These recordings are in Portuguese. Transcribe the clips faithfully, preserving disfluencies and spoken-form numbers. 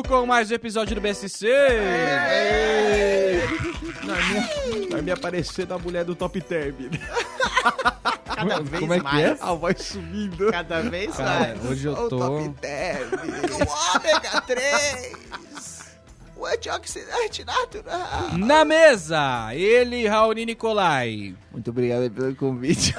com mais um episódio do B S C. Vai me, me aparecer da mulher do Top Term. Cada vez Como é mais. que é? A voz subindo. Cada vez Cara, mais. hoje eu O tô... Top Term. O ômega três. O antioxidante natural. Na mesa, ele, Raoni Nicolai. Muito obrigado pelo convite.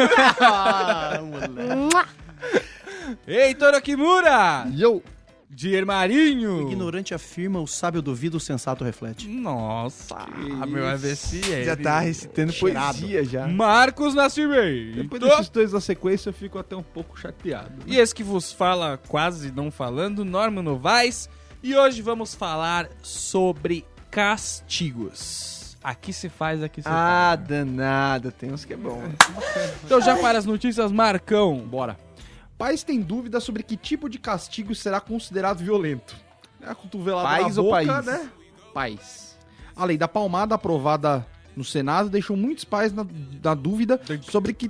Ah, moleque. Heitor Okimura. Yo! Dier Marinho. O ignorante afirma, o sábio duvida, o sensato reflete. Nossa, meu A V C é Já ele. tá recitando Cheirado. poesia já. Marcos Nascimento. Depois desses dois na sequência, eu fico até um pouco chateado. E esse que vos fala quase não falando, Norman Novaes. E hoje vamos falar sobre castigos. Aqui se faz, aqui se Ah, faz. danado. Tem uns que é bom. Então já para as notícias, Marcão. Bora. Pais têm dúvida sobre que tipo de castigo será considerado violento. É a cotovelada Pais na ou boca, país? né? Pais. A lei da palmada, aprovada no Senado, deixou muitos pais na, na dúvida sobre que,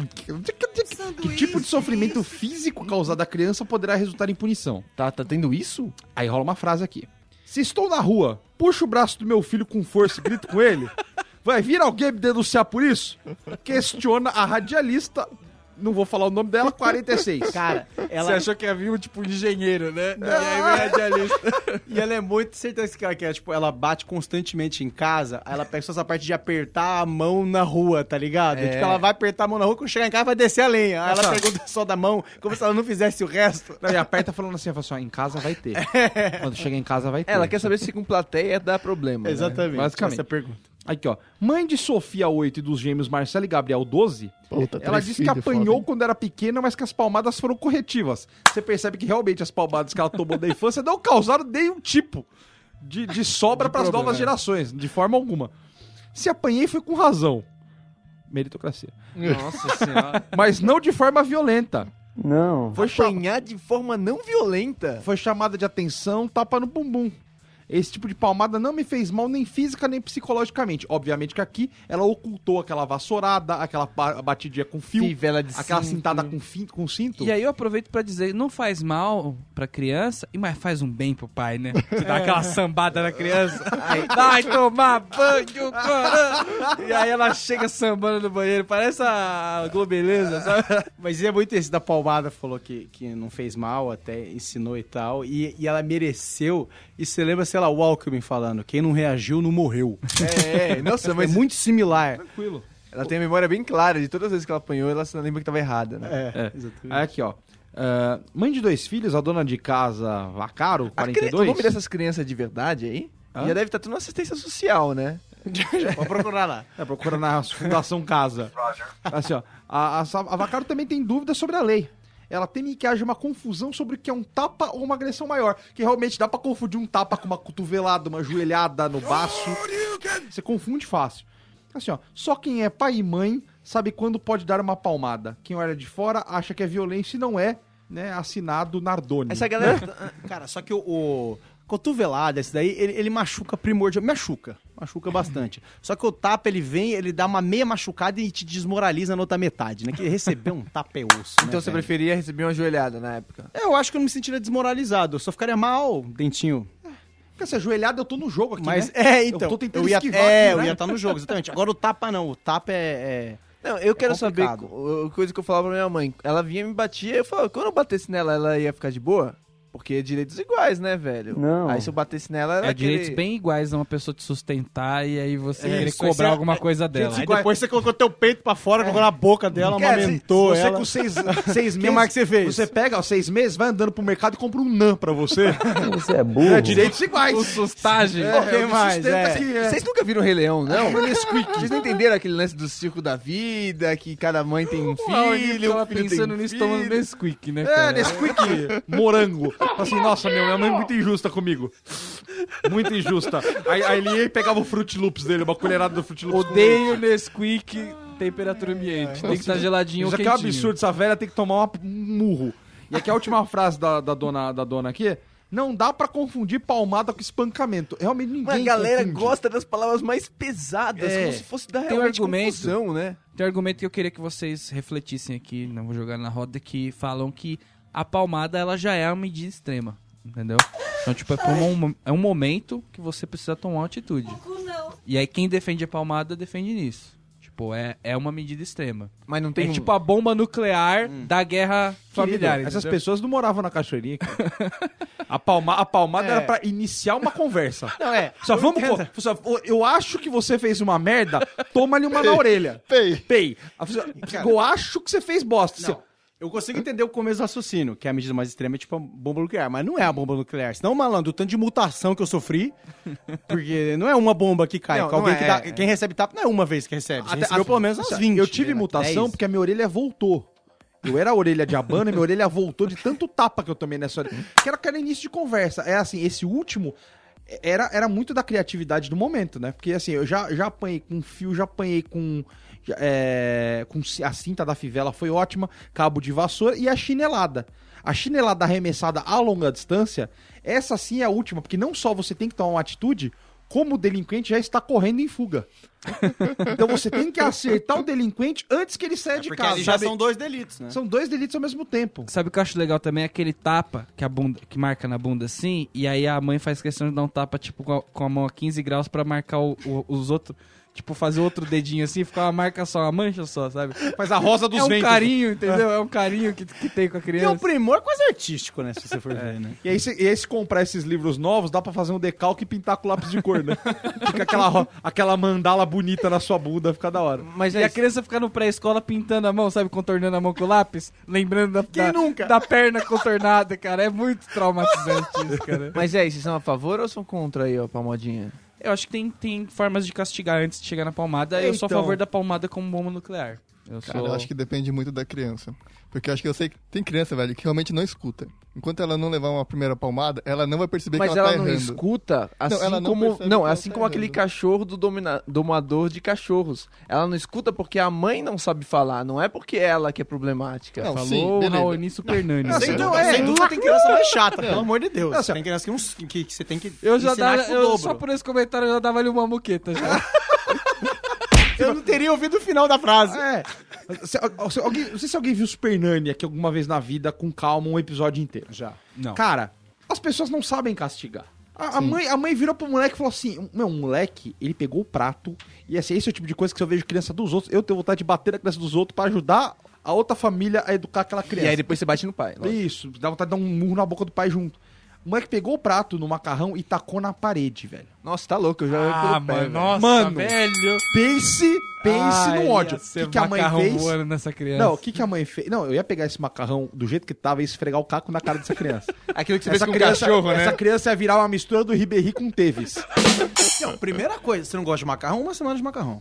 que tipo de sofrimento físico causado à criança poderá resultar em punição. Tá, tá tendo isso? Aí rola uma frase aqui. Se estou na rua, puxo o braço do meu filho com força e grito com ele, vai vir alguém me denunciar por isso? Questiona a radialista, não vou falar o nome dela, quarenta e seis. Cara, ela... Você achou que havia um tipo engenheiro, né? E aí vem a radialista. E ela é muito certeza que ela quer, tipo, ela bate constantemente em casa, aí ela pega só essa parte de apertar a mão na rua, tá ligado? É. Tipo, ela vai apertar a mão na rua, quando chegar em casa vai descer a lenha. Aí ela Nossa. pergunta só da mão, como se ela não fizesse o resto. Não, e aperta falando assim, fala assim, ó, em casa vai ter. Quando chega em casa vai ter. Ela quer saber se com plateia dá problema. né? Exatamente, basicamente. essa é a pergunta. Aqui, ó. Mãe de Sofia, oito, e dos gêmeos Marcelo e Gabriel, doze, Puta, ela três disse que filhos, apanhou foda. quando era pequena, mas que as palmadas foram corretivas. Você percebe que realmente as palmadas que ela tomou da infância não causaram nenhum tipo de, de sobra De para as problema, novas é. gerações, de forma alguma. Se apanhei foi com razão. Meritocracia. Nossa senhora. Mas não de forma violenta. Não. Foi, cha- Apanhar de forma não violenta. foi chamada de atenção, tapa no bumbum. Esse tipo de palmada não me fez mal nem física nem psicologicamente. Obviamente que aqui ela ocultou aquela vassourada, aquela ba- batidinha com fio, Fivela de aquela cinto. cintada com, fi- com cinto. E aí eu aproveito pra dizer, não faz mal pra criança, e mas faz um bem pro pai, né? Você dá aquela sambada na criança, vai tomar banho, caramba! E aí ela chega sambando no banheiro, parece a Globeleza, sabe? Mas é muito esse da palmada, falou que, que não fez mal, até ensinou e tal, e, e ela mereceu, e você lembra, sei lá, o Alckmin falando, quem não reagiu não morreu. É, nossa, mas É muito similar. Tranquilo. ela tem a memória bem clara de todas as vezes que ela apanhou, ela se lembra que tava errada, né? É, É. exatamente. Aí aqui, ó. Ah, mãe de dois filhos, a dona de casa Vacaro, A quarenta e cri- dois. O nome dessas crianças de verdade aí? Hã? Já deve estar tudo na assistência social, né? Pode procurar lá. É, procura na Fundação Casa. Assim, ó. A, a, a Vacaro também tem dúvidas sobre a lei. Ela teme que haja uma confusão sobre o que é um tapa ou uma agressão maior. Que realmente dá pra confundir um tapa com uma cotovelada, uma joelhada no baço. Você confunde fácil. Assim, ó. Só quem é pai e mãe sabe quando pode dar uma palmada. Quem olha de fora acha que é violência e não é, né? Assinado Nardoni. Essa galera... Cara, só que o, o cotovelada, esse daí, ele, ele machuca primordial. Machuca. Machuca bastante. Só que o tapa, ele vem, ele dá uma meia machucada e te desmoraliza na outra metade, né? Que receber um tapa é osso, né, Então você velho? preferia receber uma joelhada na época? Eu acho que eu não me sentiria desmoralizado. Eu só ficaria mal, dentinho. Porque essa joelhada eu tô no jogo aqui, Mas, né? é, então. Eu tô tentando ia, esquivar É, aqui, eu né? ia estar no jogo, exatamente. Agora o tapa não. O tapa é... é... Não, eu quero saber, complicado. co- coisa que eu falava pra minha mãe. Ela vinha me batia, eu falava, quando eu batesse nela, ela ia ficar de boa? Porque é direitos iguais, né, velho? Não. Aí se eu batesse nela, ela É ia direitos querer- bem iguais a uma pessoa te sustentar e aí você É, querer isso, cobrar isso é- alguma coisa dela. Aí depois você colocou teu peito pra fora, colocou na boca dela, Cara, amamentou você, você ela. com seis, seis Que meses... mais que você fez? Você pega, ó, seis meses, vai andando pro mercado e compra um N A pra você. Você é burro. É direitos iguais. O sustagem. É, Quem é o que mais? sustenta É. que é. Vocês nunca viram o Rei Leão, não? Vocês não entenderam aquele lance do circo da vida, que cada mãe tem um filho, tava o filho pensando tem um nisso filho. tomando Nesquik, né, É, cara? Nesquik, morango. Assim, nossa, meu, minha mãe é muito injusta comigo. Muito injusta. Aí, aí ele ia e pegava o Fruit Loops dele, uma colherada do Fruit Loops. Odeio Nesquik, temperatura ambiente. Tem que estar geladinho ou Isso aqui é um quentinho. absurdo, essa velha tem que tomar uma- um murro. E aqui a última frase da, da, dona, da dona aqui. Não dá pra confundir palmada com espancamento. Realmente ninguém Mas a galera confunde. gosta das palavras mais pesadas, É. como se fosse dar Tem um realmente argumento. confusão, né? Tem um argumento que eu queria que vocês refletissem aqui, não vou jogar na roda, que falam que a palmada ela já é uma medida extrema, entendeu? Então, tipo, é, por um, é um momento que você precisa tomar uma atitude. E aí quem defende a palmada, defende nisso. Tipo, é, é uma medida extrema. Mas não tem... É tipo a bomba nuclear Hum. da guerra familiar. Querido, essas entendeu? pessoas não moravam na cachoeirinha. cara. A, palma, a palmada É. era pra iniciar uma conversa. Não, é. Só eu vamos. entendo. co- só- eu acho que você fez uma merda, toma-lhe uma na orelha. Pei. Pei. A pessoa, Eu acho que você fez bosta. Não, eu consigo entender o começo do raciocínio, que é a medida mais extrema é tipo a bomba nuclear, mas não é a bomba nuclear. Senão, malandro, o tanto de mutação que eu sofri, porque não é uma bomba que cai. Não, com alguém não que é, dá, é. Quem recebe tapa não é uma vez que recebe. Você Até- recebeu a- pelo menos umas assim, vinte. Eu tive né? mutação dez. porque a minha orelha voltou. Eu era a orelha de abano e minha orelha voltou de tanto tapa que eu tomei nessa orelha. Que era, que era início de conversa. É assim, esse último era, era muito da criatividade do momento, né? Porque assim, eu já, já apanhei com fio, já apanhei com, já, é, com ci- a cinta da fivela, foi ótima, cabo de vassoura e a chinelada. A chinelada arremessada a longa distância, essa sim é a última, porque não só você tem que tomar uma atitude, como o delinquente já está correndo em fuga. Então você tem que acertar o delinquente antes que ele saia de Porque casa. ali já sabe? são dois delitos, né? São dois delitos ao mesmo tempo. Sabe o que eu acho legal também? Aquele tapa que, a bunda, que marca na bunda assim, e aí a mãe faz questão de dar um tapa, tipo, com a, com a mão a quinze graus pra marcar o- o- os outros. Tipo, fazer outro dedinho assim, ficar uma marca só, uma mancha só, sabe? Faz a rosa dos É um ventos. carinho, entendeu? É um carinho que, que tem com a E o criança. primor é quase artístico, né? Se você for ver, né? E aí, se, e aí, se comprar esses livros novos, dá pra fazer um decalque e pintar com lápis de cor, né? Fica aquela, ro- aquela mandala bonita na sua bunda, fica da hora. Mas E é a criança fica no pré-escola pintando a mão, sabe? Contornando a mão com lápis. Lembrando da, Quem da, nunca? da perna contornada, cara. É muito traumatizante isso, cara. Mas é, vocês são a favor ou são contra aí, ó, palmadinha? Eu acho que tem, tem formas de castigar antes de chegar na palmada. Eu sou a Então. favor da palmada como bomba nuclear. Eu Cara, sou... eu acho que depende muito da criança. Porque eu acho que eu sei que tem criança, velho, que realmente não escuta. Enquanto ela não levar uma primeira palmada, ela não vai perceber Mas que ela, ela tá não errando. escuta, assim ela não como percebe não, que ela assim tá como aquele errando. cachorro do domina- domador de cachorros. Ela não escuta porque a mãe não sabe falar, não é porque ela que é problemática. Não, Falou sim, o beleza. Raoni Super Nani. Não, Sem, Sem dúvida, dúvida, é. sem dúvida tem criança mais chata, pelo amor de Deus. Não, assim, tem criança que, uns- que, que você tem que Eu já ensinar dava, com o eu, dobro. só por esse comentário eu já dava ali uma moqueta já. Eu não teria ouvido o final da frase. É. Se, se alguém, não sei se alguém viu Super Nani aqui alguma vez na vida com calma um episódio inteiro. Já. Não. Cara, as pessoas não sabem castigar. A, a mãe, a mãe virou pro moleque e falou assim: meu, o moleque, ele pegou o prato. E assim, esse é o tipo de coisa que se eu vejo criança dos outros, eu tenho vontade de bater na criança dos outros pra ajudar a outra família a educar aquela E criança. aí depois você bate no pai. lógico. Isso, dá vontade de dar um murro na boca do pai junto. O moleque pegou o prato no macarrão e tacou na parede, velho. Nossa, tá louco, eu já Ah, pelo pé, mano, velho. nossa, Mano. velho. Pense, pense Ai, no ódio. ia O ser que, que a mãe macarrão fez? voando nessa criança. Não, o que, que a mãe fez? Não, eu ia pegar esse macarrão do jeito que tava e esfregar o caco na cara dessa criança. Aquilo que você essa fez com o criança, cachorro, né? essa criança ia virar uma mistura do Ribéry com Teves. Não, primeira coisa, você não gosta de macarrão? Uma semana de macarrão.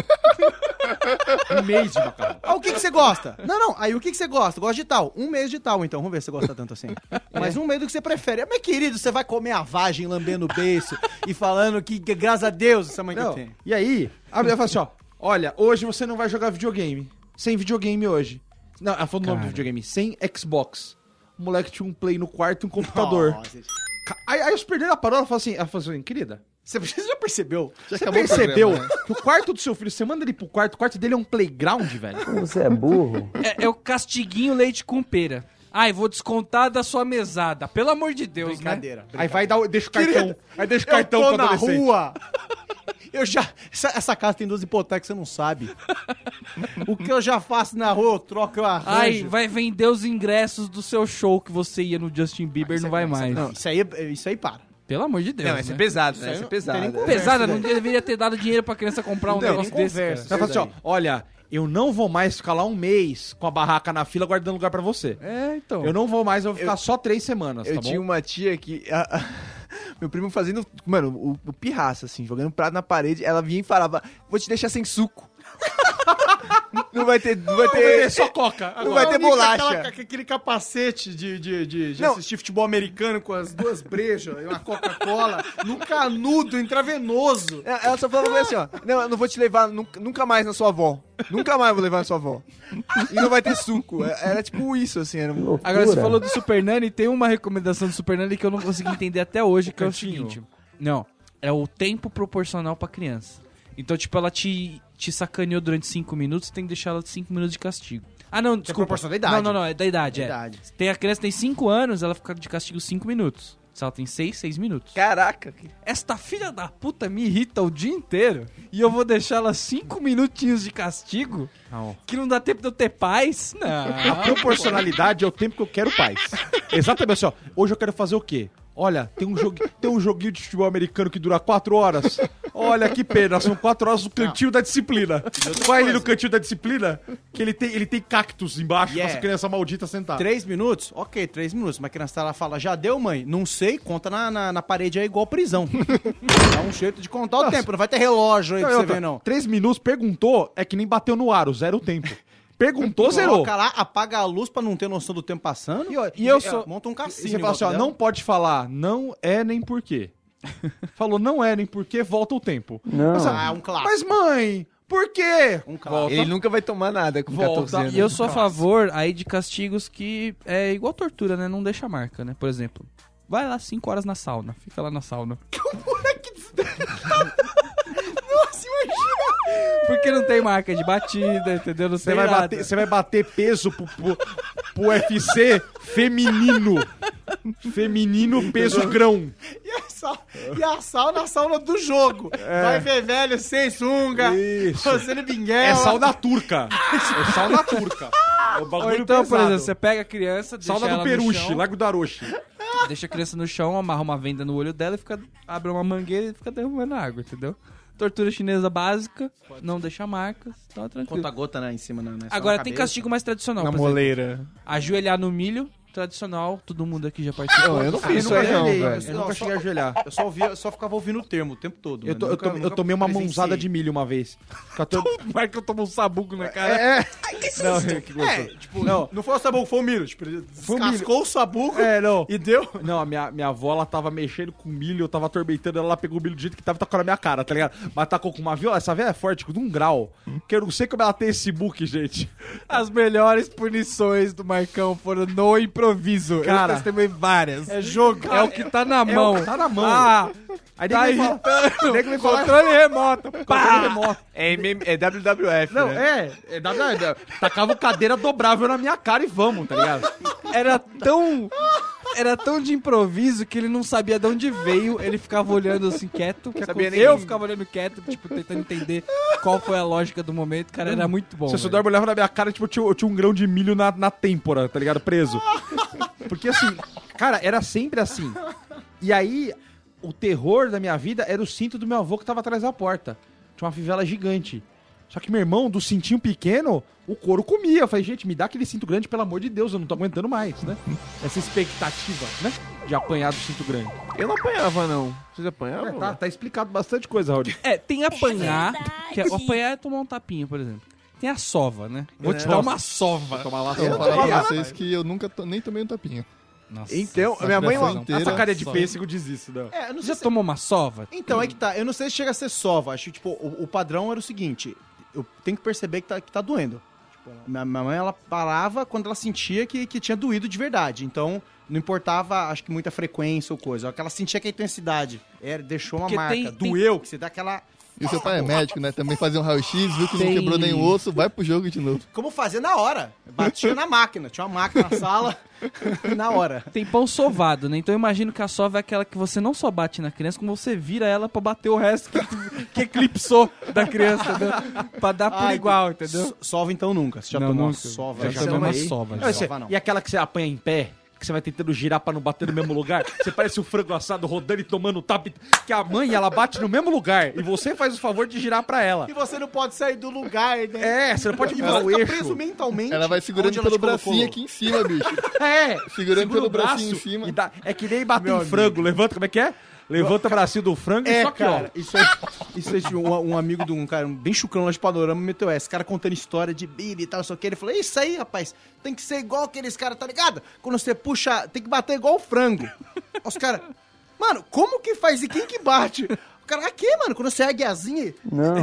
Um mês de macarrão. Ah, o que, que você gosta? Não, não, aí o que, que você gosta? Gosta de tal. Um mês de tal, então. Vamos ver se você gosta tanto assim. Mas um mês do que você prefere. Mas, querido, você vai comer a vagem lambendo o beiço e falando que, que, graças a Deus, essa mãe que Não, tem. e aí, a mulher fala assim, ó, olha, hoje você não vai jogar videogame. Sem videogame hoje. Não, ela falou o nome do Cara. videogame. Sem Xbox. O moleque tinha um play no quarto e um computador. Nossa, Ca- Aí, aí o Super Nani parou, ela falou assim, ela falou assim, querida, você você já percebeu? Já você acabou o percebeu programa, né? que o quarto do seu filho, você manda ele pro quarto, o quarto dele é um playground, velho? É, é o castiguinho leite com pera. Ai, vou descontar da sua mesada. Pelo amor de Deus, né? Brincadeira. Aí vai dar, o- deixa o cartão, Querida, aí deixa o Eu cartão tô pro na adolescente. rua. Eu já... Essa, essa casa tem duas hipotecas, você não sabe. O que eu já faço na rua, eu troco, eu arranjo. Ai, vai vender os ingressos do seu show que você ia no Justin Bieber, Isso não aí- vai mais. Não, isso aí, isso aí para. Pelo amor de Deus, Não, essa né? é pesado, né? Isso aí Essa é não tem pesada. nem conversa. Pesada, Isso não daí. deveria ter dado dinheiro pra criança comprar um Não, negócio nem desse, conversa. cara. Ela fala assim, ó, olha, eu não vou mais ficar lá um mês com a barraca na fila guardando lugar pra você. É, então. Eu não vou mais, eu vou ficar só três semanas, Eu tá tinha bom? uma tia que. a- a- meu primo fazendo. Mano, o, o pirraça, assim, jogando prato na parede. Ela vinha e falava: vou te deixar sem suco. Não vai ter. Não vai ter. só coca. Não vai ter Única, bolacha. aquela- aquele capacete de, de, de, de Não. assistir futebol americano com as duas brejas e uma Coca-Cola no canudo intravenoso. Ela ela só falava assim, ó. Não, eu não vou te levar nunca, nunca mais na sua avó. Nunca mais vou levar na sua avó. E não vai ter suco. Era tipo isso, assim. Era... um- Agora, você falou do Super Nani, tem uma recomendação do Super Nani que eu não consegui entender até hoje, que é o seguinte. Não, é o tempo proporcional pra criança. Então, tipo, ela te, te sacaneou durante cinco minutos, tem que deixar ela de cinco minutos de castigo. Ah, não, desculpa. proporcional da idade. Não, não, não, é da idade, Da é. idade. Tem a criança tem cinco anos, ela fica de castigo cinco minutos. Salta em seis, seis minutos. Caraca. que- Esta filha da puta me irrita o dia inteiro e eu vou deixar ela cinco minutinhos de castigo? Não. Que não dá tempo de eu ter paz? A Não. proporcionalidade é o tempo que eu quero paz. Exatamente assim, ó. Hoje eu quero fazer o quê? Olha, tem um, jogu... tem um joguinho de futebol americano que dura quatro horas. Olha que pena, são quatro horas no cantinho da disciplina. Vai ali no cantinho da disciplina, que ele tem, ele tem cactos embaixo Yeah. pra essa criança maldita sentar. Três minutos? Ok, três minutos. Mas a criança ela fala, já deu, mãe? Não sei, conta na, na, na parede aí igual prisão. Dá um jeito de contar o Nossa. tempo, não vai ter relógio aí Não, pra e você outra, ver, não. Três minutos, perguntou, é que nem bateu no aro, zero o tempo. Perguntou, zerou. Coloca lá, apaga a luz pra não ter noção do tempo passando. E, ó, E eu eu sou- monta um E cassino. você em fala assim, ó, volta não dela. pode falar, não é nem porquê. Falou, não é nem porquê, volta o tempo. Não. Mas, Ah, um clássico. mas mãe, por quê? Um clássico. Ele nunca vai tomar nada com Volta. catorze anos. E eu sou a favor aí de castigos que é igual tortura, né? Não deixa marca, né? Por exemplo, vai lá cinco horas na sauna, fica lá na sauna. Nossa, imagina! Porque não tem marca de batida, entendeu? Não Você tem vai, nada. bater, você vai bater peso pro, pro, pro U F C feminino. Feminino peso grão. E a, sa... e a sauna, a sauna do jogo. Vai ver velho sem sunga, Isso. fazendo binguela. É sauna turca. É sauna turca. É o Ou bagulho então, por pesado. exemplo, você pega a criança, deixa Sauna ela do no Peruche, chão, Lago do Aroche. deixa a criança no chão, amarra uma venda no olho dela e fica, abre uma mangueira e fica derramando água, entendeu? Tortura chinesa básica, não deixa marcas, tá tranquilo. Conta gota, né, em cima. Né, só Agora na tem cabeça. castigo mais tradicional, Na por exemplo, moleira. ajoelhar no milho, tradicional, todo mundo aqui já participou. Não, eu não Ah, fiz isso nunca aí não, ajoelhei, velho. Eu nunca cheguei a ajoelhar. Eu só, ouvia, eu só ficava ouvindo o termo o tempo todo. Eu, né? to- eu, Nunca- to- eu nunca tomei uma presenciei. mãozada de milho uma vez. Catou... Mas que eu tomo um sabugo na cara. É, é. Não, que gostoso. É, tipo, não, não foi o sabugo, foi o milho. Tipo, ele Foi o milho. descascou o sabugo É, não. e deu. Não, a minha, minha avó, ela tava mexendo com milho, eu tava atormentando ela, ela pegou o milho do jeito que tava e tacou na minha cara, tá ligado? Mas tacou com uma viola, essa velha é forte, tipo, de um grau, que eu não sei como ela tem esse book, gente. As melhores punições do Marcão foram no improviso. Cara, eu testemunhei várias. É jogo. É o que tá na É mão. o que tá na mão. Ah, Aí tá nego me fala, irritando. nego me fala, Controle remoto. controle Pá! remoto. É, M M é W W F, Não, né? é, é, dá- dá- dá- tacava cadeira dobrável na minha cara e vamos, tá ligado? Era tão... Era tão de improviso que ele não sabia de onde veio. Ele ficava olhando assim, quieto. que Sabia aconte- nem- Eu ficava olhando quieto, tipo, tentando entender qual foi a lógica do momento. Cara, era muito bom. Se o velho. Sudorbo olhava na minha cara, tipo, eu tinha, eu tinha um grão de milho na, na têmpora, tá ligado? Preso. Porque assim, cara, era sempre assim. E aí, o terror da minha vida era o cinto do meu avô que tava atrás da porta. Tinha uma fivela gigante. Só que meu irmão, do cintinho pequeno, o couro comia. Eu falei, gente, me dá aquele cinto grande, pelo amor de Deus, eu não tô aguentando mais, né? Essa expectativa, né? De apanhar do cinto grande. Eu não apanhava, não. Vocês apanhavam? É, tá, tá explicado bastante coisa, Raul. É, tem apanhar, verdade. que é, o apanhar é tomar um tapinha, por exemplo. Tem a sova, né? Vou te É. dar uma sova. Tomar lá Eu vou falar pra vocês que eu nunca to- nem tomei um tapinha. Nossa, Então, essa minha mãe pressão. lá- inteira. Essa cara de Só. pêssego diz isso, não. É, eu não sei Já se... tomou uma sova? Então, é que tá. Eu não sei se chega a ser sova. Acho que, tipo, o, o padrão era o seguinte. Eu tenho que perceber que tá, que tá doendo. Tipo, minha, minha mãe, ela parava quando ela sentia que, que tinha doído de verdade. Então, não importava, acho que, muita frequência ou coisa. Que ela sentia que a intensidade era, deixou uma Porque marca. tem- tem- Doeu, que você dá aquela... E o seu pai é médico, né? Também fazia um raio-x, viu que Tem- não quebrou nem o osso, vai pro jogo de novo. Como fazer na hora. Batia na máquina. Tinha uma máquina na sala. na hora. Tem pão sovado, né? Então eu imagino que a sova é aquela que você não só bate na criança, como você vira ela pra bater o resto que, que eclipsou da criança, entendeu? Pra dar por Ai, igual, entendeu? So- Sova então nunca. Você já Não, tomou nunca. uma sova? Já Já tomei uma tomei. sova. Não, já. esse- Sova não. E aquela que você apanha em pé, que você vai tentando girar pra não bater no mesmo lugar, você parece o frango assado rodando e tomando tapa, que a mãe, ela bate no mesmo lugar, e você faz o favor de girar pra ela. E você não pode sair do lugar, né? É, você não pode E mudar você o fica eixo. preso mentalmente. Ela vai segurando onde ela pelo te colocou. bracinho aqui em cima, bicho. É, Segurando segura pelo o braço bracinho em cima. e dá- é que nem bater Meu em frango, levanta, como é que é? Levanta o bracinho do frango e É, só que, cara, ó. isso aí, isso aí um, um amigo de um cara um bem chucrão lá de Panorama meteu essa, cara contando história de Billy e tal, só que ele falou, isso aí, rapaz, tem que ser igual aqueles caras, tá ligado? Quando você puxa, tem que bater igual o frango. Os caras, mano, como que faz e quem que bate? O cara, aqui, mano, quando você é aguiazinha, Não.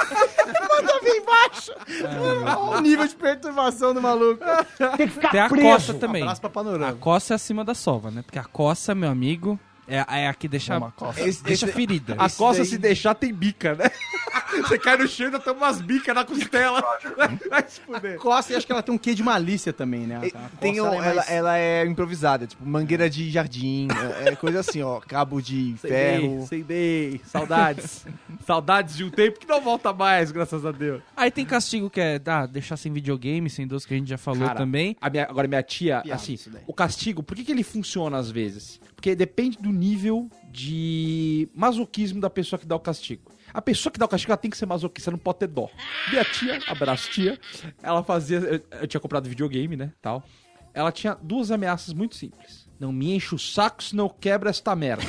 manda vir embaixo. Olha o nível de perturbação do maluco. Tem a coça também. Abraço pra A Panorama. coça é acima da sova, né? Porque a coça, meu amigo, É, é a que deixa, Uma coça. Esse- deixa esse- ferida. A Esse coça, daí- se deixar, tem bica, né? Você cai no chão e ainda tem umas bicas na costela. Vai, vai se fuder. Coça, e acho que ela tem um quê de malícia também, né? A coça, Tem um- ela é ela, mais- ela é improvisada, tipo, mangueira de jardim, é, é coisa assim, ó, cabo de ferro. Sei bem, saudades. Saudades de um tempo que não volta mais, graças a Deus. Aí tem castigo que é ah, deixar sem videogame, sem doce, que a gente já falou Cara, também. A minha- agora, minha tia, Piada assim, isso daí. o castigo, por que, que ele funciona às vezes? Porque depende do nível de masoquismo da pessoa que dá o castigo. A pessoa que dá o castigo, ela tem que ser masoquista, não pode ter dó. Minha tia, abraço tia, ela fazia... Eu, eu tinha comprado videogame, né, tal. Ela tinha duas ameaças muito simples. Não me enche o saco, senão eu quebro esta merda.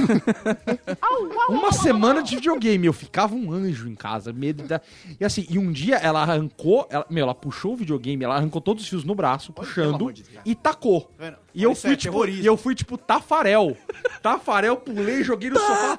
Uma semana de videogame, eu ficava um anjo em casa, medo da... E assim, e um dia ela arrancou, ela, meu, ela puxou o videogame, ela arrancou todos os fios no braço, puxando, amor de Deus. e tacou. Vendo? E eu Isso fui, é tipo, terrorismo. e eu fui, tipo, Tafarel. Tafarel, pulei, joguei no sofá.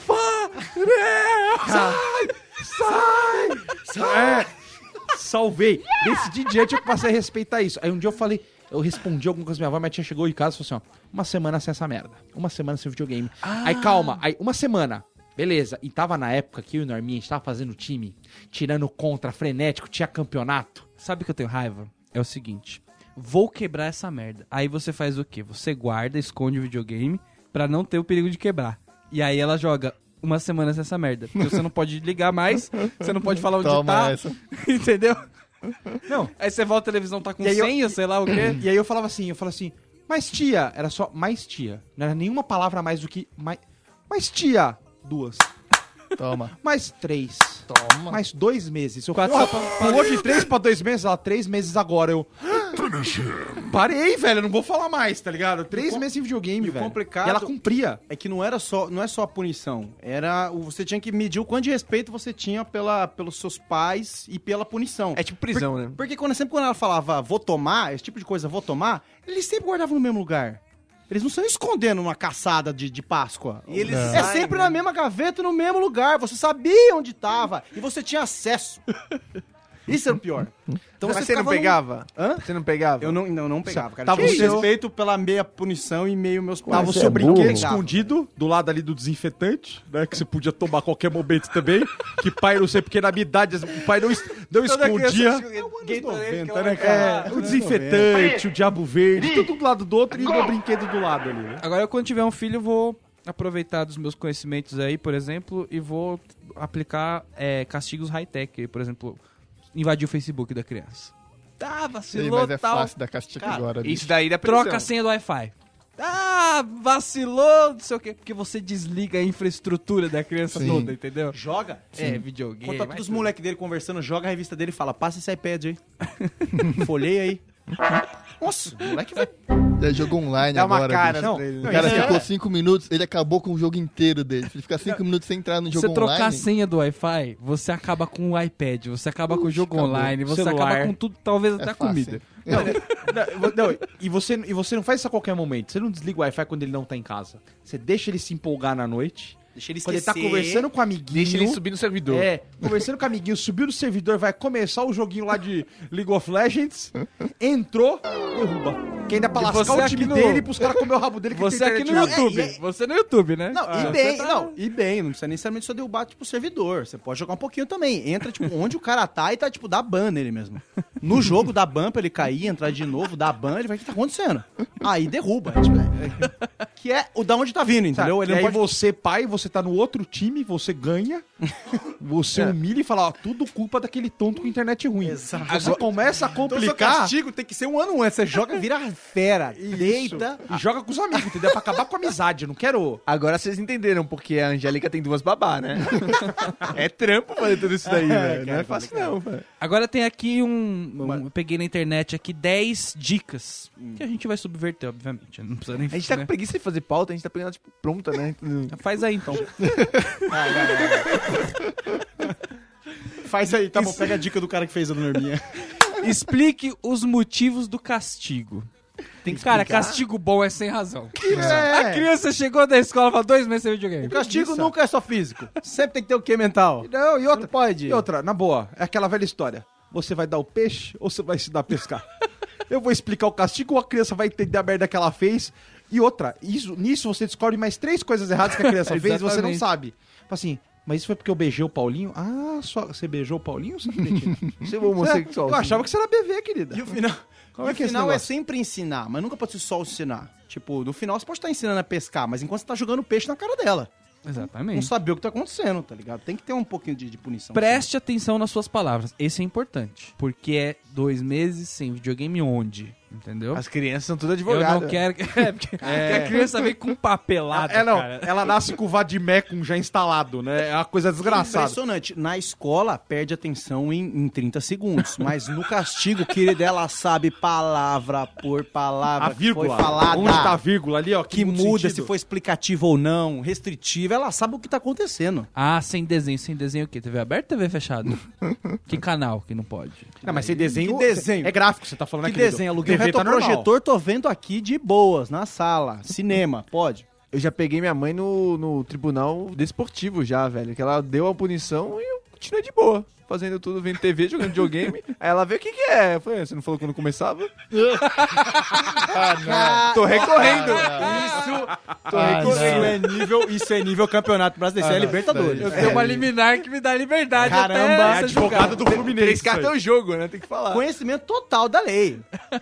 Farel! Sai! Sai! Sai! É, salvei. Desse dia em diante eu passei a respeitar isso. Aí um dia eu falei, eu respondi alguma coisa pra minha avó, minha tia chegou em casa e falou assim, ó, uma semana sem essa merda. Uma semana sem videogame. Aí calma, aí uma semana. Beleza, e tava na época que eu e o Norminha, a gente tava fazendo time, tirando contra, frenético, tinha campeonato. Sabe o que eu tenho raiva? É o seguinte, vou quebrar essa merda. Aí você faz o quê? Você guarda, esconde o videogame pra não ter o perigo de quebrar. E aí ela joga uma semana sem essa merda. Porque você não pode ligar mais, você não pode falar onde Toma tá, essa. entendeu? Não. Aí você volta a televisão, tá com E aí eu- senha, sei lá o quê. E aí eu falava assim, eu falava assim, mas tia, era só mais tia. Não era nenhuma palavra a mais do que mais, mais tia, duas. Toma. Mais três. Toma. Mais dois meses. Eu Quatro porra, só pra- pulou de três pra dois meses, ela, três meses agora. Eu. Parei, velho, eu não vou falar mais, tá ligado? Três com- meses sem videogame, e o velho. complicado- E ela cumpria. É que não era só, não é só a punição. Era o- você tinha que medir o quanto de respeito você tinha pela, pelos seus pais e pela punição. É tipo prisão, né? Porque quando, sempre quando ela falava vou tomar, esse tipo de coisa, vou tomar, eles sempre guardavam no mesmo lugar. Eles não estão escondendo uma caçada de, de Páscoa. E eles É saem, sempre né? na mesma gaveta, no mesmo lugar. Você sabia onde tava e você tinha acesso. Isso era o pior. Então Mas você não ficava num- pegava? Hã? Você não pegava? Eu não, não, não pegava, cara. Tava Tinha o seu- respeito pela meia punição e meio meus pais. Tava o você seu é brinquedo burro. escondido do lado ali do desinfetante, né? Que você podia tomar a qualquer momento também. Que pai, não sei, porque na minha idade o pai não, es- não escondia. noventa, né, É, o desinfetante, o diabo verde, tudo do lado do outro e o meu brinquedo do lado ali, né? Agora, quando tiver um filho, eu vou aproveitar dos meus conhecimentos aí, por exemplo, e vou aplicar é, castigos high-tech. Por exemplo, invadir o Facebook da criança. Tá, Sei, vacilou, mas é tal. fácil dar castigo Cara, agora, bicho. Isso daí da prisão. Troca a senha do Wi-Fi. Ah, vacilou, não sei o quê. Porque você desliga a infraestrutura da criança Sim. toda, entendeu? Joga. É, videogame. Quando tá vai todos os tudo. moleques dele conversando, joga a revista dele e fala, passa esse iPad aí. Folhei aí. Nossa, o moleque vai... É jogo online É uma agora, cara bicho. pra ele, O né? cara isso é- ficou cinco minutos, ele acabou com o jogo inteiro dele. Se ele ficar cinco minutos sem entrar no Se jogo você trocar a online... senha do Wi-Fi, você acaba com o iPad, você acaba com o jogo acabou. online, você Celular. acaba com tudo, talvez até a fácil. comida. Não, não, não, e, você, e você não faz isso a qualquer momento. Você não desliga o Wi-Fi quando ele não tá em casa. Você deixa ele se empolgar na noite. Deixa ele Quando ele tá conversando com o amiguinho. Deixa ele subir no servidor. É, conversando com o amiguinho, subiu no servidor, vai começar o joguinho lá de League of Legends. Entrou, derruba. Que ainda é pra E lascar você o aqui time no- dele e pros caras comer o rabo dele. que Você tem aqui no internet ruim. YouTube, é- você no YouTube, né? Não, Ah, e bem, você tá- não, e bem, não precisa necessariamente só derrubar, tipo, o servidor. Você pode jogar um pouquinho também. Entra, tipo, onde o cara tá e tá, tipo, dá ban nele mesmo. No jogo, dá ban pra ele cair, entrar de novo, dá ban, ele vai, o que tá acontecendo? Aí derruba. é, tipo, é- é- que é o da onde tá vindo, entendeu? Ele Ele e não aí pode... você, pai, você tá no outro time, você ganha, você humilha e fala, ó, tudo culpa daquele tonto com internet ruim. Exato. Você começa a Então, o seu complicar castigo tem que ser um ano antes. Você joga, vira fera, deita... e joga com os amigos, entendeu? Pra acabar com a amizade, eu não quero... Agora vocês entenderam porque a Angélica tem duas babá, né? é trampo fazer tudo isso daí, velho. Não é fácil não, velho. Agora tem aqui um, um- Eu peguei na internet aqui dez dicas que a gente vai subverter, obviamente. Não precisa nem A gente tá né? com preguiça de fazer pauta, a gente tá pegando ela, tipo, pronta, né? Faz aí então. Faz aí, tá bom, pega a dica do cara que fez a do Norminha. Explique os motivos do castigo. Tem que Cara, explicar. castigo bom é sem razão. É. A criança chegou da escola e falou dois meses sem videogame. O castigo nunca é só físico. Sempre tem que ter o quê mental? Não, e outra, não pode. E outra, na boa, é aquela velha história. Você vai dar o peixe ou você vai ensinar a pescar? Eu vou explicar o castigo ou a criança vai entender a merda que ela fez E outra, isso, nisso você descobre mais três coisas erradas que a criança fez e você não Exatamente. sabe. Fala assim, mas isso foi porque eu beijei o Paulinho? Ah, só, você beijou o Paulinho, sua cretina? Você é homossexual. Eu achava que você era bebê, querida. E o final, Como e é que é o esse final é negócio? sempre ensinar, mas nunca pode ser só ensinar. Tipo, no final você pode estar ensinando a pescar, mas enquanto você tá jogando peixe na cara dela. Não Exatamente. saber o que tá acontecendo, tá ligado? Tem que ter um pouquinho de, de punição. Preste atenção nas suas palavras. Esse é importante. Porque é dois meses sem videogame onde? Entendeu? As crianças são tudo Eu advogadas. não quero... É, porque, porque a criança vem com papelada, É, não, cara. ela nasce com o Vadimecum já instalado, né? É uma coisa desgraçada. Impressionante. Na escola, perde atenção em, em trinta segundos. Mas no castigo, querida, ela sabe palavra por palavra A vírgula, que foi falada. onde tá a vírgula ali, ó, que, que muda muda, o sentido. se for explicativo ou não, restritivo, ela sabe o que tá acontecendo. Ah, sem desenho. Sem desenho o quê? T V aberta ou T V fechado? Que canal que não pode? Não, mas sem desenho... Que desenho? É gráfico, você tá falando Que aqui. desenho? Aluguei um T V tá normal. retroprojetor, tô vendo aqui de boas, na sala. Cinema, pode? Eu já peguei minha mãe no, no tribunal desportivo já, velho. Que ela deu a punição e eu continuei de boa. Fazendo tudo, vendo T V, jogando videogame. Aí ela veio, o que que é? Eu falei, você não falou quando começava? Ah, Tô recorrendo. Isso, Tô Ah, isso recorrendo. é nível, isso é nível campeonato brasileiro, isso é não, Libertadores. isso Eu tenho uma liminar que me dá liberdade Caramba, até é ser advogado julgado. do Fluminense. Três cartas é o jogo, né? Tem que falar. Conhecimento total da lei.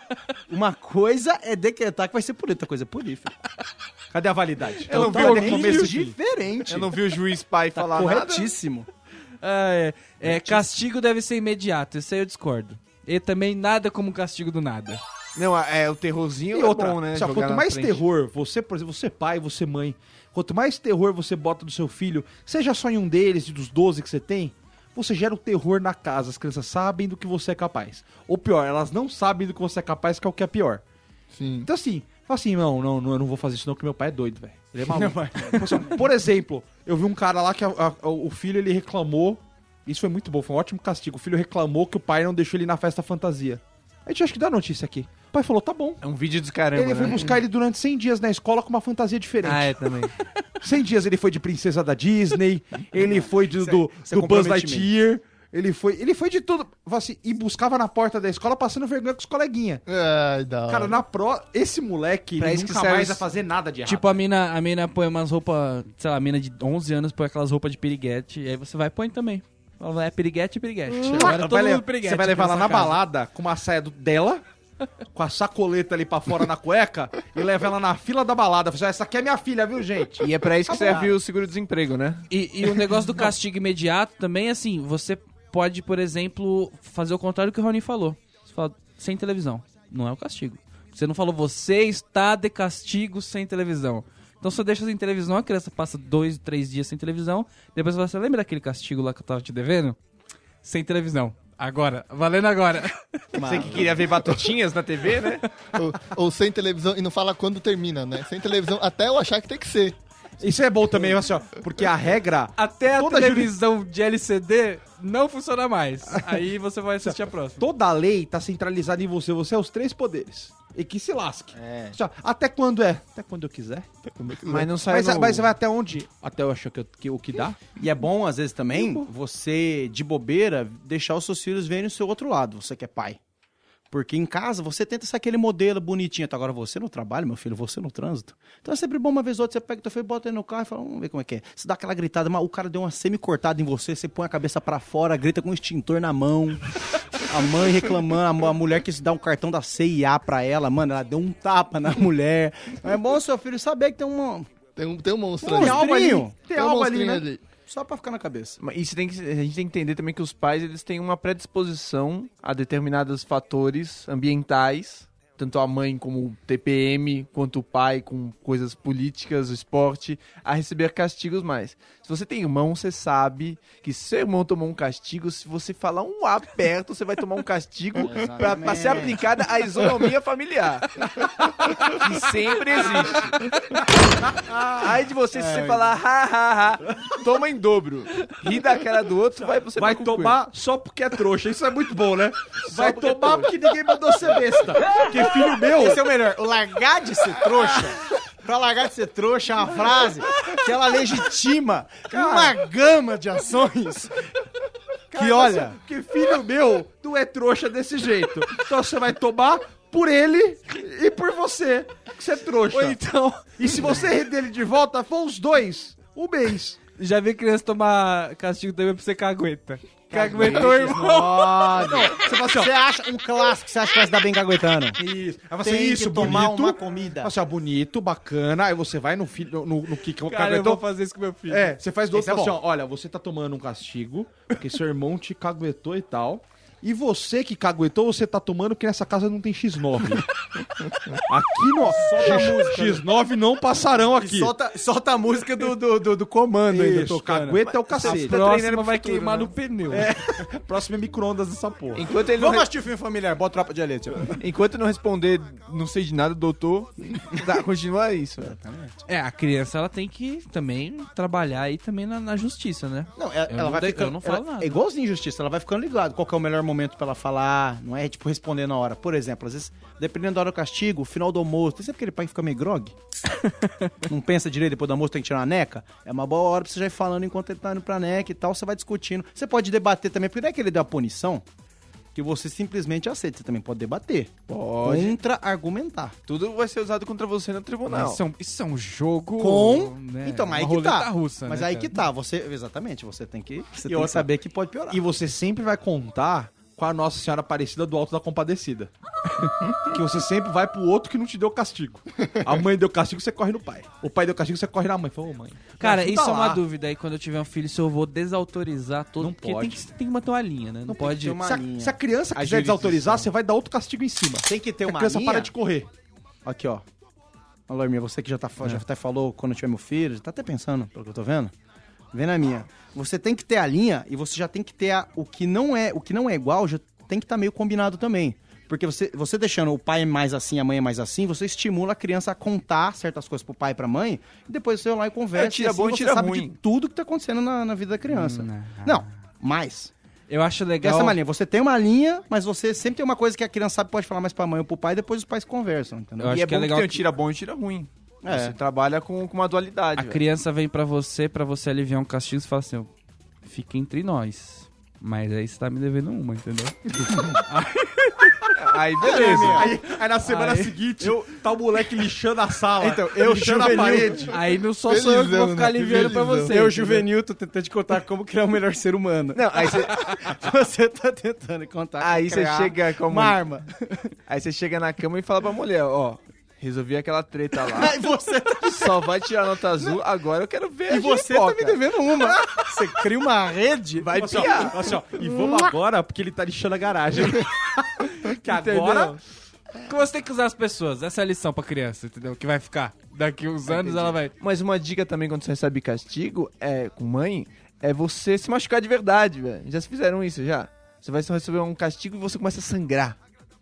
Uma coisa é decretar que vai ser punido, outra coisa é punir, filho. Cadê a validade? Eu não vi Totalmente o começo diferente. Eu não vi o juiz pai Tá falar nada. corretíssimo. Ah, é. É, castigo deve ser imediato, isso aí eu discordo. E também nada como castigo do nada. Não, é o terrorzinho E é outra, bom, né? só, Jogar quanto na mais frente. terror, você, por exemplo, você pai, você mãe, quanto mais terror você bota do seu filho, seja só em um deles, dos doze que você tem, você gera o terror na casa. As crianças sabem do que você é capaz. Ou pior, elas não sabem do que você é capaz, que é o que é pior. Sim. Então assim, fala assim, não, não, não, eu não vou fazer isso não, que meu pai é doido, velho. Ele é maluco. Assim, Por exemplo, eu vi um cara lá que a- a- o filho, ele reclamou, isso foi muito bom, foi um ótimo castigo, o filho reclamou que o pai não deixou ele ir na festa fantasia. A gente acha que dá notícia aqui. O pai falou, tá bom. É um vídeo dos caramba, Ele foi né? buscar ele durante cem dias na escola com uma fantasia diferente. Ah, é também. cem dias ele foi de princesa da Disney, ele foi de- do, isso é do Buzz comprometimento. Lightyear, ele foi, ele foi de tudo. Falou assim, e buscava na porta da escola passando vergonha com os coleguinhas. Ai, da hora. Cara, na pro, esse moleque, Pra ele isso que nunca serve mais os- vai fazer nada de errado. Tipo, a mina, a mina põe umas roupas, sei lá, a mina de onze anos põe aquelas roupas de piriguete, e aí você vai e põe também. Fala, é piriguete e piriguete. Agora Ela todo vai le- mundo piriguete. você vai levar aqui ela na nessa casa. balada com uma saia do- dela, com a sacoleta ali pra fora na cueca, e leva ela na fila da balada. Fala assim, essa aqui é minha filha, viu, gente? E é pra isso que serve o seguro-desemprego, né? E, e o negócio do castigo imediato também, assim, você pode, por exemplo, fazer o contrário do que o Rony falou. Você fala, sem televisão. Não é o castigo. Você não falou, você está de castigo sem televisão. Então, se você deixa sem televisão, a criança passa dois, três dias sem televisão. Depois você lembra daquele castigo lá que eu tava te devendo? Sem televisão. Agora. Valendo agora. Você que queria ver batutinhas na T V, né? Ou, ou sem televisão e não fala quando termina, né? Sem televisão até eu achar que tem que ser. Isso é bom também, assim, ó, porque a regra... Até a Toda televisão de L C D não funciona mais. Aí você vai assistir a próxima. Toda a lei tá centralizada em você. Você é os três poderes. E que se lasque. É. Assim, ó, até quando é? Até quando eu quiser. Mas não sai Mas, no... mas você vai até onde? Até eu achar que, eu- que o que dá? E é bom, às vezes, também, você, de bobeira, deixar os seus filhos verem o seu outro lado, você que é pai. Porque em casa você tenta ser aquele modelo bonitinho. Então, agora você no trabalho, meu filho, você no trânsito. Então é sempre bom uma vez ou outra, você pega o teu filho, bota ele no carro e fala, vamos ver como é que é. Você dá aquela gritada, mas o cara deu uma semi-cortada em você, você põe a cabeça pra fora, grita com um extintor na mão. A mãe reclamando, a mu- a mulher quis dar um cartão da C e A pra ela, mano, ela deu um tapa na mulher. É bom seu filho saber que tem um Tem um, tem um monstro Tem ali. algo ali. Tem um algo ali, monstrinho né? só pra ficar na cabeça. Mas isso tem que, a gente tem que entender também que os pais eles têm uma predisposição a determinados fatores ambientais, tanto a mãe como o T P M, quanto o pai com coisas políticas, o esporte, a receber castigos mais. Se você tem irmão, você sabe que se seu irmão tomou um castigo, se você falar um A perto, você vai tomar um castigo pra, pra ser aplicada a isonomia familiar. Que sempre existe. Aí de você, se você falar ha, ha, ha, toma em dobro. Ri da cara do outro, vai você Vai pra cucuia. tomar só porque é trouxa. Isso é muito bom, né? Vai porque é tomar porque ninguém mandou ser besta. Porque filho meu... Esse é o melhor. O largar de ser trouxa. Pra largar de ser trouxa é uma frase que ela legitima uma gama de ações. Que olha. Porque filho meu não é trouxa desse jeito. Então você vai tomar por ele e por você, que você é trouxa. Ou então, E se você rir dele de volta, for os dois, um mês. já vi criança tomar castigo também pra você cagueta. Caguetou, irmão. Nossa. Você fala assim, ó. Você acha um clássico que você acha que vai se dar bem caguetando? Isso. Aí você, Tem isso, que tomar bonito. uma comida. Fala assim, ó, bonito, bacana. Aí você vai no, filho, no, no que Cara, eu caguetou. vou fazer isso com meu filho. É, você faz do outro Esse e é fala assim, ó, olha, você tá tomando um castigo, porque seu irmão te caguetou e tal. E você que caguetou, você tá tomando que nessa casa não tem xis nove. Aqui no Solta a música, xis nove não passarão aqui. Solta, solta a música do, do, do, do comando ainda Isso, tocando. cagueta é o A cacete. tá próxima treinando vai pro futuro, queimar né? no pneu. Próximo é micro-ondas dessa porra. Enquanto ele, não Vamos re- assistir o filme familiar, bota tropa de elite. enquanto não responder, não sei de nada, doutor, tá, continua isso. velho. É, a criança ela tem que também trabalhar aí também na, na justiça, né? Não, ela, Eu ela não vai dei- ficando. eu não falo ela- nada. É igualzinho injustiça, ela vai ficando ligada. Qual que é o melhor momento pra ela falar? Não é tipo responder na hora. Por exemplo, às vezes, dependendo da hora do castigo, final do almoço, tem sempre aquele pai que fica meio grog. Não pensa direito, depois do almoço tem que tirar uma neca. É uma boa hora pra você já ir falando enquanto ele tá indo pra neca e tal, você vai discutindo. Você pode debater também, porque não é que ele deu a punição que você simplesmente aceita. Você também pode debater. Pode. Contra-argumentar. Tudo vai ser usado contra você no tribunal. Isso é, um, isso é um jogo. Com. né, Então, mas aí uma que tá. roleta russa, mas né, aí cara? que tá. Você, exatamente, você tem que, você tem outra- que saber que pode piorar. E você sempre vai contar com a Nossa Senhora Aparecida do Alto da Compadecida. Que você sempre vai pro outro que não te deu castigo. A mãe deu castigo, você corre no pai. O pai deu castigo, você corre na mãe. Falou, ô, mãe. Cara, ajuda isso é uma lá. dúvida aí quando eu tiver um filho, se eu vou desautorizar todo. Não porque pode. Tem, que, tem que manter uma linha, né? Não, pode. ter uma- Se a, linha. se a criança A quiser jurisdição. desautorizar, você vai dar outro castigo em cima. Tem que ter a uma criança linha. para de correr. Aqui, ó. Alô, Lorminha, você que já, tá, já até falou quando tiver meu filho, já tá até pensando, pelo que eu tô vendo. Vem na minha. Você tem que ter a linha e você já tem que ter a, o que não é, o que não é igual, já tem que estar meio combinado também. Porque você, você deixando o pai mais assim, a mãe mais assim, você estimula a criança a contar certas coisas pro pai e pra mãe, e depois você vai lá e conversa. É, tira e assim bom e você tira sabe ruim. de tudo que tá acontecendo na, na vida da criança. Hum, não. Não, mas... Eu acho legal. Essa é uma linha. Você tem uma linha, mas você sempre tem uma coisa que a criança sabe pode falar mais pra mãe ou pro pai, e depois os pais conversam, entendeu? Eu acho E é que é bom legal que tem um que- tira bom e tira ruim. É. Você trabalha com, com uma dualidade. A velho. criança vem pra você, pra você aliviar um castigo, você fala assim, ó, fica entre nós. Mas aí você tá me devendo uma, entendeu? Aí, beleza. Aí, aí na semana Aí- seguinte, tá o moleque lixando a sala. Então, eu, lixando a juvenil, parede. Aí não sou só eu que vou Felizão, ficar né? aliviando pra Felizão. você. Eu, entendeu? juvenil, tô tentando te contar como criar o melhor ser humano. Não, aí você, Você tá tentando contar como aí você criar chega com a uma mãe- arma. Aí você chega na cama e fala pra mulher, ó, resolvi aquela treta lá. Aí você tá, Só vai tirar nota azul, agora eu quero ver e a você tá giripoca. me devendo uma. Você cria uma rede. Vai Assim, ó, piar. assim, ó, e vamos agora, porque ele tá lixando a garagem. que agora... Que você tem que usar as pessoas. Essa é a lição pra criança, entendeu? Que vai ficar. Daqui uns anos ela vai... Mas uma dica também quando você recebe castigo, é, com mãe, é você se machucar de verdade, velho. Já se fizeram isso, já? Você vai receber um castigo e você começa a sangrar.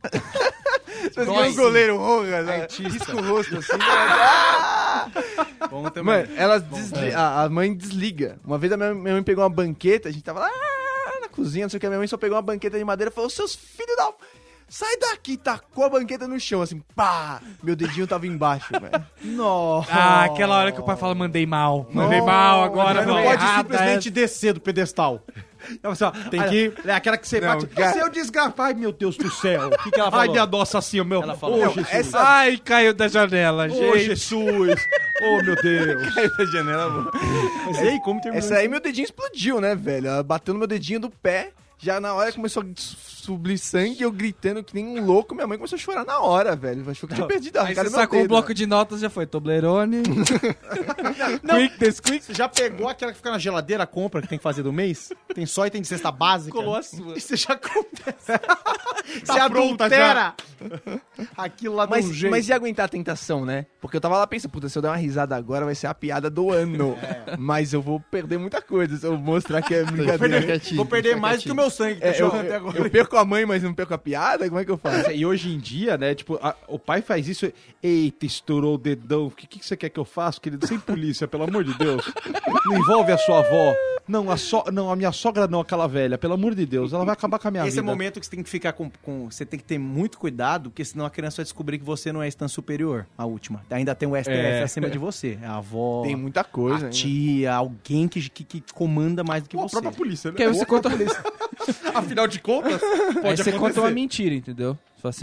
Você Dói, um goleiro honra, né? Artista. Risca o rosto assim. né? Ah! Bom também. Mano, elas desli- a, a mãe desliga. Uma vez a minha, minha mãe pegou uma banqueta, a gente tava lá na cozinha, não sei o que, a minha mãe só pegou uma banqueta de madeira e falou, seus filhos da... Sai daqui, tacou a banqueta no chão, assim, pá! Meu dedinho tava embaixo, velho. Nossa. Ah, aquela hora que o pai fala, mandei mal. Mandei mal agora, Mas não foi pode errada simplesmente descer do pedestal. Então, assim, ó, Tem olha, que- É aquela que você Não, bate. cara- Seu desgraçado. Ai, meu Deus do céu. O que que ela falou? Ai, minha nossa assim, meu. Ela falou. Ô, Não, Jesus. essa... Ai, caiu da janela, Ô, gente. Jesus. Ô, meu Deus. Caiu da janela, mano. Mas e aí, como terminou Essa aí meu dedinho explodiu, né, velho? Ela bateu no meu dedinho do pé. Já na hora começou a subir sangue, eu gritando que nem um louco, minha mãe começou a chorar na hora, velho. Achou que tinha perdido a Aí cara você do meu sacou um dedo, bloco de notas, já foi Toblerone. Quick, Nesquik. Você já pegou aquela que fica na geladeira, a compra que tem que fazer do mês? Tem só e tem de cesta básica. Colou a sua. E você já acontece. Você Tá pronta adultera. Aquilo lá dá Mas, um jeito. mas e aguentar a tentação, né? Porque eu tava lá pensando, puta, se eu der uma risada agora vai ser a piada do ano. Mas eu vou perder muita coisa se eu mostrar que é brincadeira. Quietinho, Vou perder fica mais do que o quietinho. meu sangue que É, tá eu, jogando até agora. eu perco a mãe, mas não perco a piada? Como é que eu faço? E hoje em dia, né, tipo, a- o pai faz isso, eita, estourou o dedão, o que, que você quer que eu faça, querido? Sem polícia, pelo amor de Deus. Não envolve a sua avó. Não, a, so... não, a minha sogra não, aquela velha, pelo amor de Deus, ela vai acabar com a minha Esse é vida. o momento que você tem que ficar com, com- Você tem que ter muito cuidado, porque senão a criança vai descobrir que você não é instância superior, a última. Ainda tem o S T F É. acima de você. É a avó, Tem muita coisa. a hein? tia, alguém que, que, que comanda mais do que Ou a você. própria polícia, né? Que aí você conta... Afinal de contas, Aí pode você conta acontecer. uma mentira, entendeu? Você fala assim, ó,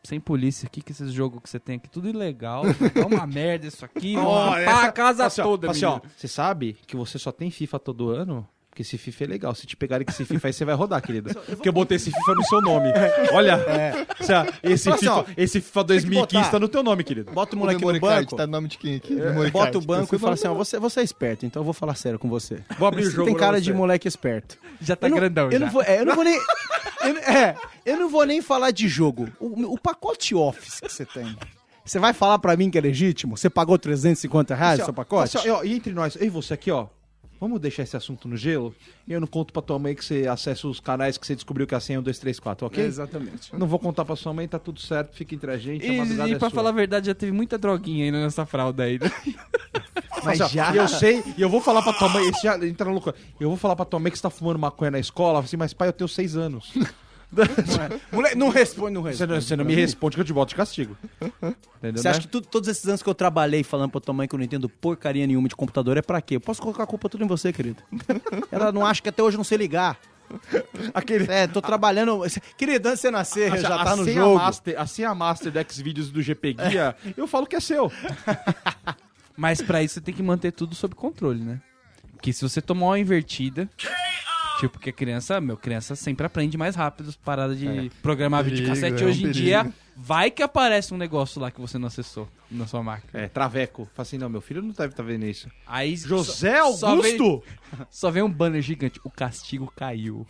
sem polícia aqui, que esses jogos que você tem aqui, tudo ilegal. É uma merda isso aqui. Ó, Vamos rapar essa- a casa assim, ó, toda, assim, ó, menino. você sabe que você só tem FIFA todo ano? Porque esse FIFA é legal. Se te pegarem com esse FIFA aí, você vai rodar, querido. Porque eu botei esse FIFA no seu nome. Olha, assim, ó, esse, Assim, ó, FIFA, esse FIFA dois mil e quinze botar. tá no teu nome, querido. Bota o O moleque no memory card, banco, tá no nome de quem aqui? bota o banco e fala assim, ó, você, você é esperto, então eu vou falar sério com você. Vou abrir o Você jogo tem pra cara você. de moleque esperto. Já tá eu não, grandão, eu já. Não vou, é, eu não vou nem... eu, é, eu não vou nem falar de jogo. O, o pacote Office que você tem, você vai falar pra mim que é legítimo? Você pagou trezentos e cinquenta reais Assim, no ó, seu pacote? assim, ó, e entre nós, eu e você aqui, ó. Vamos deixar esse assunto no gelo? E eu não conto pra tua mãe que você acessa os canais que você descobriu que a senha é um, dois, três, quatro, ok? É, exatamente. Não vou contar pra sua mãe, tá tudo certo, fica entre a gente, a E, madrugada e é pra sua. falar a verdade, já teve muita droguinha ainda nessa fralda aí. Né? Mas assim, ó, eu sei, e eu vou falar pra tua mãe, esse já entra na loucura. Eu vou falar pra tua mãe que você tá fumando maconha na escola, assim, mas pai, eu tenho seis anos. Moleque, não responde, não Você responde. não, você não me responde que eu te boto de castigo. Entendeu? Você né? acha que tu- todos esses anos que eu trabalhei falando pra tua mãe que eu não entendo porcaria nenhuma de computador é pra quê? Eu posso colocar a culpa tudo em você, querido. Ela não acha que até hoje eu não sei ligar. Aquele... É, tô trabalhando... Querido, antes de você nascer, a, já a tá no senha jogo. Master, a senha master do Xvideos do G P Guia, eu falo que é seu. Mas pra isso você tem que manter tudo sob controle, né? Porque se você tomar uma invertida... Tipo, porque a criança, meu, criança sempre aprende mais rápido as paradas de programar Perigo, videocassete. é um Hoje em perigo. dia, vai que aparece um negócio lá que você não acessou na sua máquina. É, traveco. Fala assim, não, meu filho não deve estar vendo isso. Aí José só- só vem- Augusto! Só vem um banner gigante. O castigo caiu.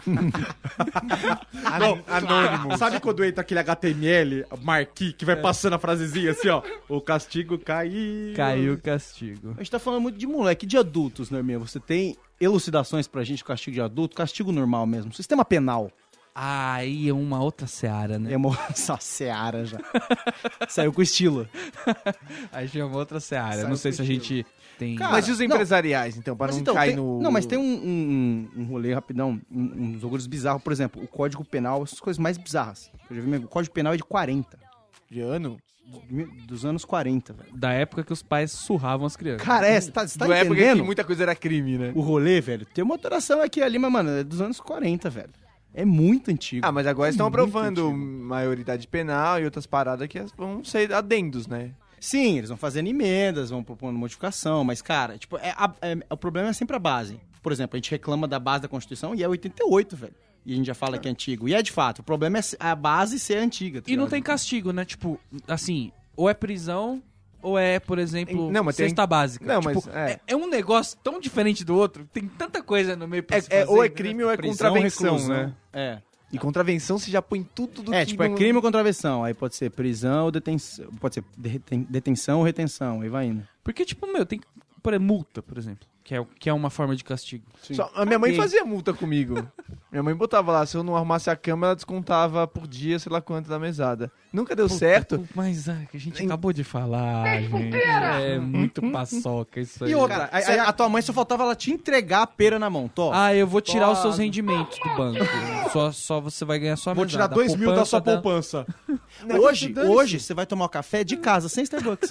Anônimo. Sabe quando entra aquele H T M L, marquee, que vai passando a frasezinha assim, ó? O castigo caiu. Caiu o castigo. A gente tá falando muito de moleque, de adultos, né, minha? Você tem elucidações pra gente, castigo de adulto, castigo normal mesmo, sistema penal. Aí é uma outra seara, né? É uma essa seara já. Saiu com estilo. Aí já é uma outra seara. Saiu Não sei com se a gente tem... Cara, Mas e os não. empresariais, então, pra Mas não então, cair tem- no... Não, mas tem um, um, um rolê rapidão, um- uns orgulhos bizarros. Por exemplo, o Código Penal, essas coisas mais bizarras. Eu já vi mesmo, o Código Penal é de quarenta. De ano? Dos anos quarenta, velho. Da época que os pais surravam as crianças. Cara, é, você tá, você tá Na época que entendendo? muita coisa era crime, né? O rolê, velho, tem uma alteração aqui e ali, mas, mano, é dos anos quarenta, velho. É muito antigo. Ah, mas agora É estão muito aprovando antigo. maioridade penal e outras paradas que vão ser adendos, né? Sim, eles vão fazendo emendas, vão propondo modificação, mas, cara, tipo, é, a- é- o problema é sempre a base. Por exemplo, a gente reclama da base da Constituição e é oitenta e oito, velho. E a gente já fala que é antigo. E é de fato, o problema é a base ser antiga. tá E não ligado? tem castigo, né? Tipo, assim, ou é prisão, ou é, por exemplo, Não, mas tem- cesta básica. Não, Tipo, mas é. é um negócio tão diferente do outro, tem tanta coisa no meio pra se É, é, fazer, ou é né? crime ou é Prisão, contravenção, reclusão. né? É. E contravenção você já põe tudo do É, que tipo, é não- crime ou contravenção. Aí pode ser prisão ou detenção. Pode ser deten- detenção ou retenção. Aí vai indo. Porque, tipo, meu, tem, por exemplo, multa, por exemplo, que é, que é uma forma de castigo. Só- a minha mãe Caguei. fazia multa comigo. Minha mãe botava lá, se eu não arrumasse a cama, ela descontava por dia, sei lá quanto da mesada. Nunca deu certo. Mas ah, que a gente acabou de falar, gente. É muito paçoca isso aí. E outra, Cara, aí- cê- aí- a tua mãe só faltava ela te entregar a pera na mão. Tó. Ah, eu vou tirar os seus Toma. rendimentos do banco. Só, só você vai ganhar sua Vou mesada. tirar dois mil da sua poupança poupança. hoje, dane-se. hoje você vai tomar o café de casa, sem Starbucks.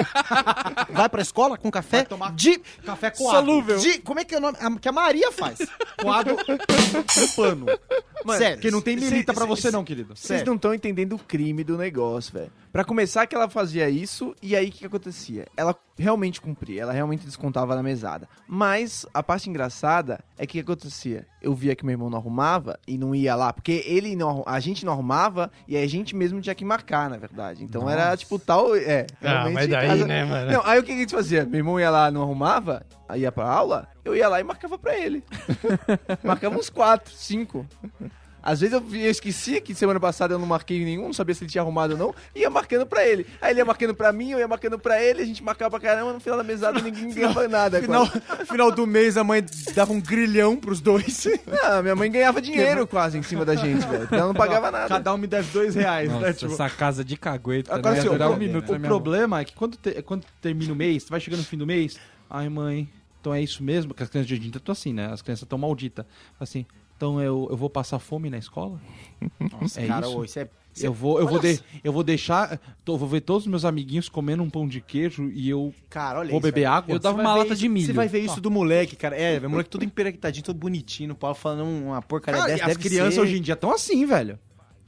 vai pra escola com café Vai tomar de... Café coado. Solúvel. De, como é que é o nome? A- que a Maria faz. Coado no pano. Mano, Sério. Porque não tem milita cê- pra cê- você não, querido. Vocês Sério. não estão entendendo o crime do negócio, velho. Pra começar que ela fazia isso, e aí o que, que acontecia? Ela realmente cumpria, ela realmente descontava na mesada. Mas a parte engraçada é que o que acontecia? Eu via que meu irmão não arrumava e não ia lá, porque ele não, arru- a gente não arrumava e a gente mesmo tinha que marcar, na verdade. Então era tipo tal, é, Ah, realmente mas daí, casa- né, mano? Não, aí o que, que a gente fazia? Meu irmão ia lá, não arrumava, aí ia pra aula, eu ia lá e marcava pra ele. Marcava uns quatro, cinco. Às vezes eu, vi- eu esquecia que semana passada eu não marquei nenhum, não sabia se ele tinha arrumado ou não, e ia marcando pra ele. Aí ele ia marcando pra mim, eu ia marcando pra ele, a gente marcava pra caramba, no final da mesada ninguém ganhava nada. Final, quase. final do mês a mãe dava um grilhão pros dois. Não, minha mãe ganhava dinheiro quase em cima da gente, velho. Porque ela não pagava nada. Cada um me deve dois reais, Nossa, né? Tipo, essa casa de cagueta agora, né? assim, Ia o, durar um pro- minuto o na minha mão. problema é que quando, te- quando termina o mês, tu vai chegando no fim do mês, ai mãe, então é isso mesmo? Porque as crianças de hoje em dia estão assim, né? As crianças estão malditas. Assim, então eu, eu vou passar fome na escola? Nossa, É cara, isso? ô, isso é... Eu vou, eu vou, Olha de, eu vou deixar, tô- vou ver todos os meus amiguinhos comendo um pão de queijo e eu Cara, olha vou isso, beber velho. água? Eu dava Você uma vai lata ver de isso- milho. Você vai ver isso do moleque, cara. É, velho, moleque todo emperectadinho, todo bonitinho. O Paulo falando uma porcaria Cara, dessa. as deve crianças ser... hoje em dia estão assim, velho.